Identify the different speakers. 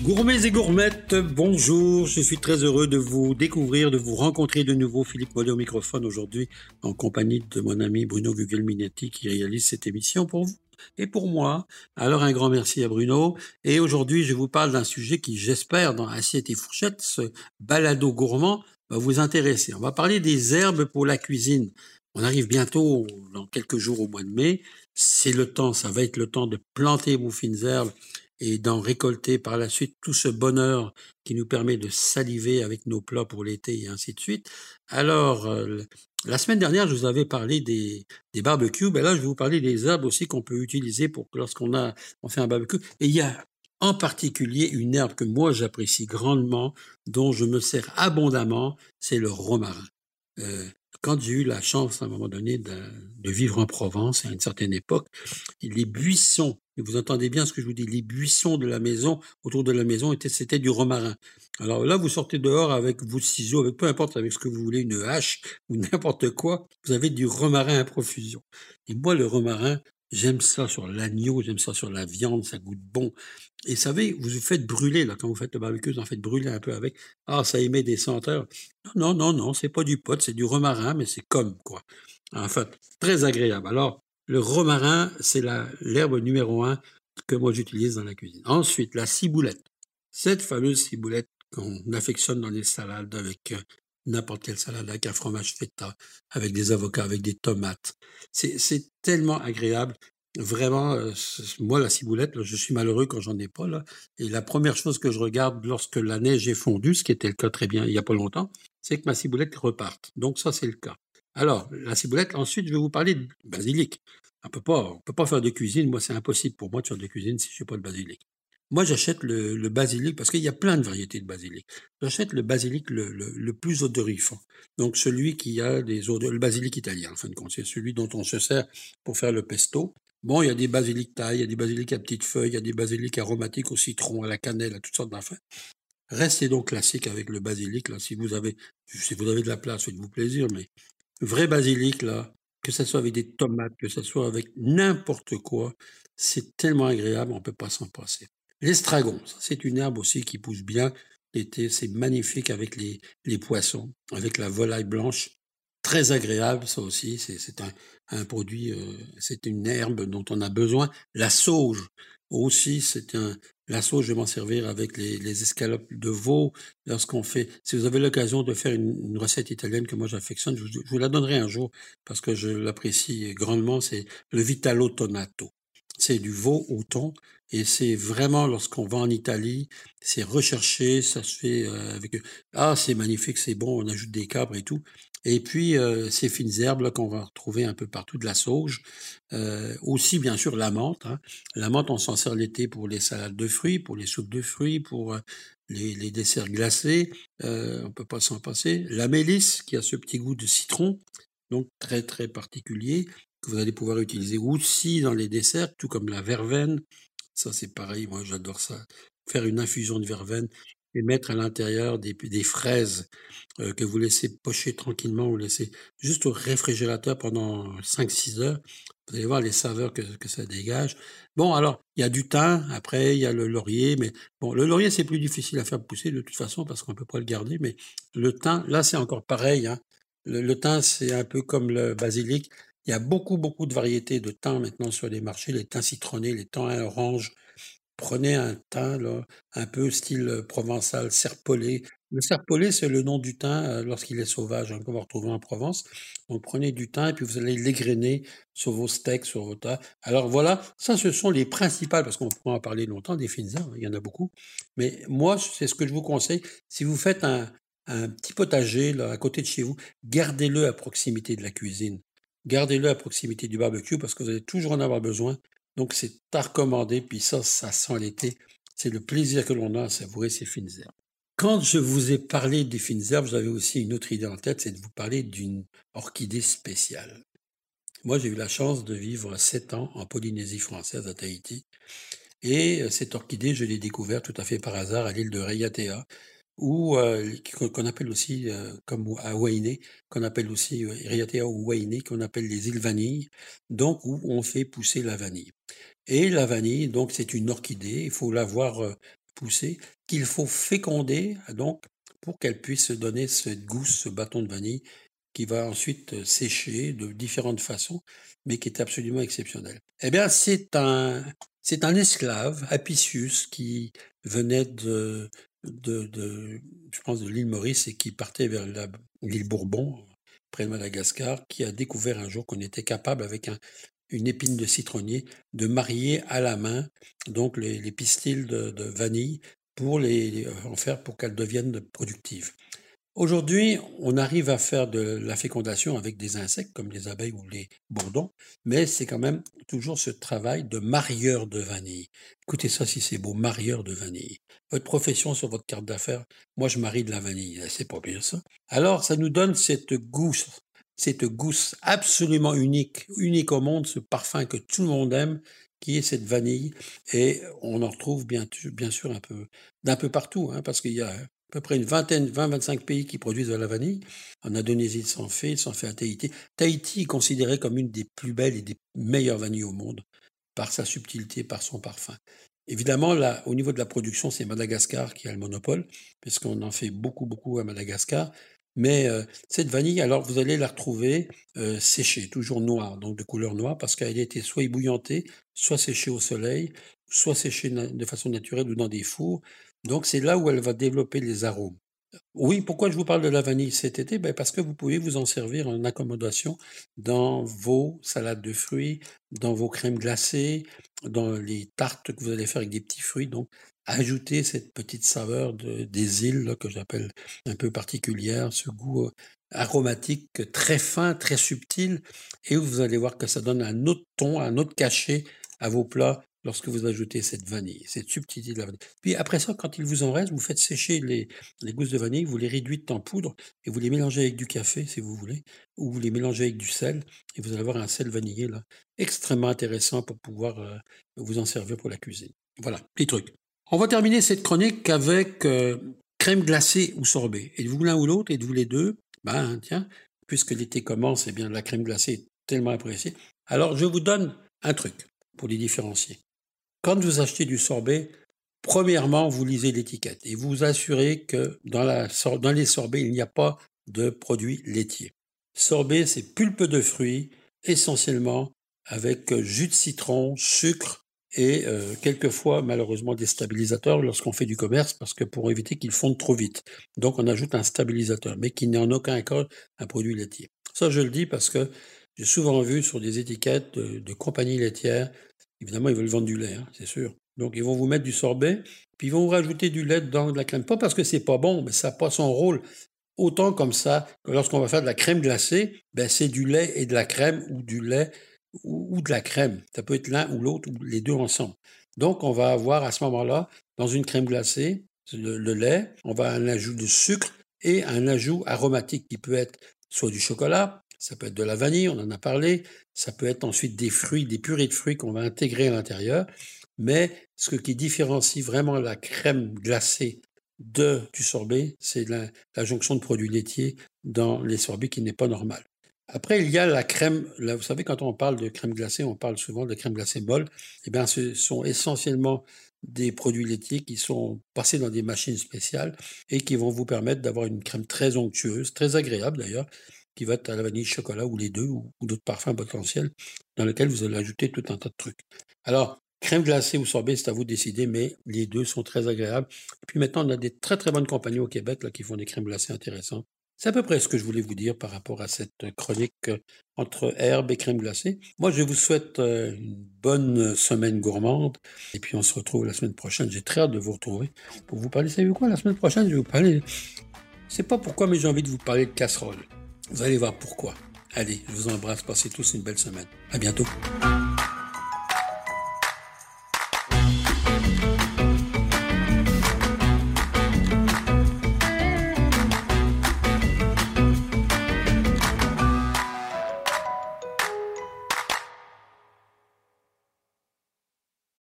Speaker 1: Gourmets et gourmettes, bonjour, je suis très heureux de vous découvrir, de vous rencontrer de nouveau. Philippe Mollet au microphone aujourd'hui, en compagnie de mon ami Bruno Gugelminetti qui réalise cette émission pour vous et pour moi. Alors un grand merci à Bruno. Et aujourd'hui, je vous parle d'un sujet qui, j'espère, dans Assiette et Fourchette, ce balado gourmand, va vous intéresser. On va parler des herbes pour la cuisine. On arrive bientôt, dans quelques jours au mois de mai. C'est le temps, ça va être le temps de planter vos fines herbes et d'en récolter par la suite tout ce bonheur qui nous permet de saliver avec nos plats pour l'été et ainsi de suite. Alors, la semaine dernière, je vous avais parlé des barbecues. Ben là, je vais vous parler des herbes aussi qu'on peut utiliser pour on fait un barbecue. Et il y a en particulier une herbe que moi j'apprécie grandement, dont je me sers abondamment, c'est le romarin. Euh, Quand j'ai eu la chance à un moment donné de vivre en Provence à une certaine époque, les buissons, et vous entendez bien ce que je vous dis, les buissons de la maison, autour de la maison, c'était du romarin. Alors là, vous sortez dehors avec vos ciseaux, avec peu importe, avec ce que vous voulez, une hache ou n'importe quoi, vous avez du romarin à profusion. Et moi, le romarin, j'aime ça sur l'agneau, j'aime ça sur la viande, ça goûte bon. Et vous savez, vous vous faites brûler, là, quand vous faites le barbecue, vous en faites brûler un peu avec. Ah, ça émet des senteurs. Non, non, non, non, c'est pas du pot, c'est du romarin, mais c'est comme, quoi. En fait, très agréable. Alors, le romarin, c'est l'herbe numéro un que moi j'utilise dans la cuisine. Ensuite, la ciboulette. Cette fameuse ciboulette qu'on affectionne dans les salades avec n'importe quelle salade, avec un fromage feta, avec des avocats, avec des tomates. C'est tellement agréable. Vraiment, moi, la ciboulette, là, je suis malheureux quand j'en ai pas, là. Et la première chose que je regarde lorsque la neige est fondue, ce qui était le cas très bien il y a pas longtemps, c'est que ma ciboulette reparte. Donc ça, c'est le cas. Alors, la ciboulette, ensuite, je vais vous parler de basilic. On peut pas faire de cuisine. Moi, c'est impossible pour moi de faire de cuisine si je n'ai pas de basilic. Moi, j'achète le basilic parce qu'il y a plein de variétés de basilic. J'achète le basilic le plus odorifant. Donc, celui qui a des odeurs, le basilic italien, en fin de compte. C'est celui dont on se sert pour faire le pesto. Bon, il y a des basiliques taille, il y a des basiliques à petites feuilles, il y a des basiliques aromatiques au citron, à la cannelle, à toutes sortes d'affaires. Restez donc classique avec le basilic, là, si vous avez de la place, faites-vous plaisir, mais vrai basilic, là, que ça soit avec des tomates, que ça soit avec n'importe quoi, c'est tellement agréable, on peut pas s'en passer. L'estragon, ça, c'est une herbe aussi qui pousse bien l'été, c'est magnifique avec les poissons, avec la volaille blanche, très agréable, ça aussi, c'est un produit, c'est une herbe dont on a besoin. La sauge, aussi, la sauge, je vais m'en servir avec les escalopes de veau, lorsqu'on fait, si vous avez l'occasion de faire une recette italienne que moi j'affectionne, je vous la donnerai un jour parce que je l'apprécie grandement, c'est le Vitalo Tonato. C'est du veau au thon et c'est vraiment lorsqu'on va en Italie, c'est recherché, ça se fait c'est magnifique, c'est bon, on ajoute des capres et tout. Et puis ces fines herbes là qu'on va retrouver un peu partout, de la sauge, aussi bien sûr la menthe. Hein. La menthe, on s'en sert l'été pour les salades de fruits, pour les soupes de fruits, pour les desserts glacés, on peut pas s'en passer. La mélisse, qui a ce petit goût de citron, donc très très particulier, que vous allez pouvoir utiliser aussi dans les desserts, tout comme la verveine. Ça c'est pareil, moi j'adore ça. Faire une infusion de verveine et mettre à l'intérieur des fraises que vous laissez pocher tranquillement, vous laissez juste au réfrigérateur pendant 5-6 heures. Vous allez voir les saveurs que ça dégage. Bon, alors, il y a du thym, après, il y a le laurier, mais bon, le laurier, c'est plus difficile à faire pousser de toute façon parce qu'on peut pas le garder, mais le thym, là, c'est encore pareil, hein. Le thym, c'est un peu comme le basilic. Il y a beaucoup, beaucoup de variétés de thym maintenant sur les marchés, les thym citronnés, les thym orange. Prenez un thym, là, un peu style provençal, serpollet. Le serpollet, c'est le nom du thym lorsqu'il est sauvage, hein, qu'on va retrouver en Provence. Donc prenez du thym et puis vous allez l'égrainer sur vos steaks, sur vos tas. Alors voilà, ça ce sont les principales, parce qu'on pourra en parler longtemps, des fines herbes, il y en a beaucoup. Mais moi, c'est ce que je vous conseille. Si vous faites un petit potager là, à côté de chez vous, gardez-le à proximité de la cuisine. Gardez-le à proximité du barbecue parce que vous allez toujours en avoir besoin. Donc c'est à recommander, puis ça sent l'été. C'est le plaisir que l'on a à savourer ces fines herbes. Quand je vous ai parlé des fines herbes, j'avais aussi une autre idée en tête, c'est de vous parler d'une orchidée spéciale. Moi, j'ai eu la chance de vivre 7 ans en Polynésie française, à Tahiti. Et cette orchidée, je l'ai découverte tout à fait par hasard à l'île de Raiatea, ou qu'on appelle aussi, comme à Wainé, qu'on appelle aussi Raiatea ou Wainé, qu'on appelle les îles vanille, donc où on fait pousser la vanille. Et la vanille, donc c'est une orchidée, il faut l'avoir pousser, qu'il faut féconder, donc, pour qu'elle puisse donner cette gousse, ce bâton de vanille, qui va ensuite sécher de différentes façons, mais qui est absolument exceptionnel. Eh bien, c'est un esclave, Apicius, qui venait je pense, de l'île Maurice et qui partait vers l'île Bourbon, près de Madagascar, qui a découvert un jour qu'on était capable, avec une épine de citronnier, de marier à la main donc les pistils de vanille pour en faire pour qu'elles deviennent productives. Aujourd'hui, on arrive à faire de la fécondation avec des insectes comme les abeilles ou les bourdons, mais c'est quand même toujours ce travail de marieur de vanille. Écoutez ça si c'est beau, marieur de vanille. Votre profession sur votre carte d'affaires, moi je marie de la vanille, c'est pas pire ça. Alors ça nous donne cette gousse absolument unique au monde, ce parfum que tout le monde aime, qui est cette vanille, et on en retrouve bien sûr d'un peu partout, parce qu'il y a à peu près une 20-25 pays qui produisent de la vanille. En Indonésie, il s'en fait à Tahiti. Tahiti est considéré comme une des plus belles et des meilleures vanilles au monde, par sa subtilité, par son parfum. Évidemment, là, au niveau de la production, c'est Madagascar qui a le monopole, puisqu'on en fait beaucoup à Madagascar. Mais cette vanille, alors vous allez la retrouver séchée, toujours noire, donc de couleur noire, parce qu'elle a été soit ébouillantée, soit séchée au soleil, soit séchée de façon naturelle ou dans des fours. Donc c'est là où elle va développer les arômes. Oui, pourquoi je vous parle de la vanille cet été? Parce que vous pouvez vous en servir en accommodation dans vos salades de fruits, dans vos crèmes glacées, dans les tartes que vous allez faire avec des petits fruits. Donc, ajouter cette petite saveur des îles là, que j'appelle un peu particulière, ce goût aromatique très fin, très subtil, et vous allez voir que ça donne un autre ton, un autre cachet à vos plats lorsque vous ajoutez cette vanille, cette subtilité de la vanille. Puis après ça, quand il vous en reste, vous faites sécher les gousses de vanille, vous les réduisez en poudre et vous les mélangez avec du café, si vous voulez, ou vous les mélangez avec du sel, et vous allez avoir un sel vanillé là, extrêmement intéressant pour pouvoir vous en servir pour la cuisine. Voilà, petit truc. On va terminer cette chronique avec crème glacée ou sorbet. Êtes-vous l'un ou l'autre? Êtes-vous les deux? Tiens, puisque l'été commence, eh bien la crème glacée est tellement appréciée. Alors, je vous donne un truc pour les différencier. Quand vous achetez du sorbet, premièrement, vous lisez l'étiquette et vous vous assurez que dans les sorbets, il n'y a pas de produits laitiers. Sorbet, c'est pulpe de fruits, essentiellement avec jus de citron, sucre et quelquefois, malheureusement, des stabilisateurs lorsqu'on fait du commerce, parce que pour éviter qu'ils fondent trop vite. Donc, on ajoute un stabilisateur, mais qui n'est en aucun cas un produit laitier. Ça, je le dis parce que j'ai souvent vu sur des étiquettes de compagnies laitières. Évidemment, ils veulent vendre du lait, c'est sûr. Donc, ils vont vous mettre du sorbet, puis ils vont vous rajouter du lait dans de la crème. Pas parce que c'est pas bon, mais ça n'a pas son rôle. Autant comme ça, que lorsqu'on va faire de la crème glacée, c'est du lait et de la crème, ou du lait ou de la crème. Ça peut être l'un ou l'autre, ou les deux ensemble. Donc, on va avoir à ce moment-là, dans une crème glacée, le lait, on va avoir un ajout de sucre et un ajout aromatique qui peut être soit du chocolat, ça peut être de la vanille, on en a parlé, ça peut être ensuite des fruits, des purées de fruits qu'on va intégrer à l'intérieur, mais ce qui différencie vraiment la crème glacée du sorbet, c'est la jonction de produits laitiers dans les sorbets qui n'est pas normale. Après, il y a la crème, là, vous savez, quand on parle de crème glacée, on parle souvent de crème glacée molle, eh bien, ce sont essentiellement des produits laitiers qui sont passés dans des machines spéciales et qui vont vous permettre d'avoir une crème très onctueuse, très agréable d'ailleurs, qui va être à la vanille, chocolat ou les deux, ou d'autres parfums potentiels, dans lesquels vous allez ajouter tout un tas de trucs. Alors, crème glacée ou sorbet, c'est à vous de décider, mais les deux sont très agréables. Et puis maintenant, on a des très très bonnes compagnies au Québec là, qui font des crèmes glacées intéressantes. C'est à peu près ce que je voulais vous dire par rapport à cette chronique entre herbe et crème glacée. Moi, je vous souhaite une bonne semaine gourmande. Et puis, on se retrouve la semaine prochaine. J'ai très hâte de vous retrouver pour vous parler. Savez-vous quoi? La semaine prochaine, je vais vous parler... Je sais pas pourquoi, mais j'ai envie de vous parler de casserole. Vous allez voir pourquoi. Allez, je vous embrasse. Passez tous une belle semaine. À bientôt.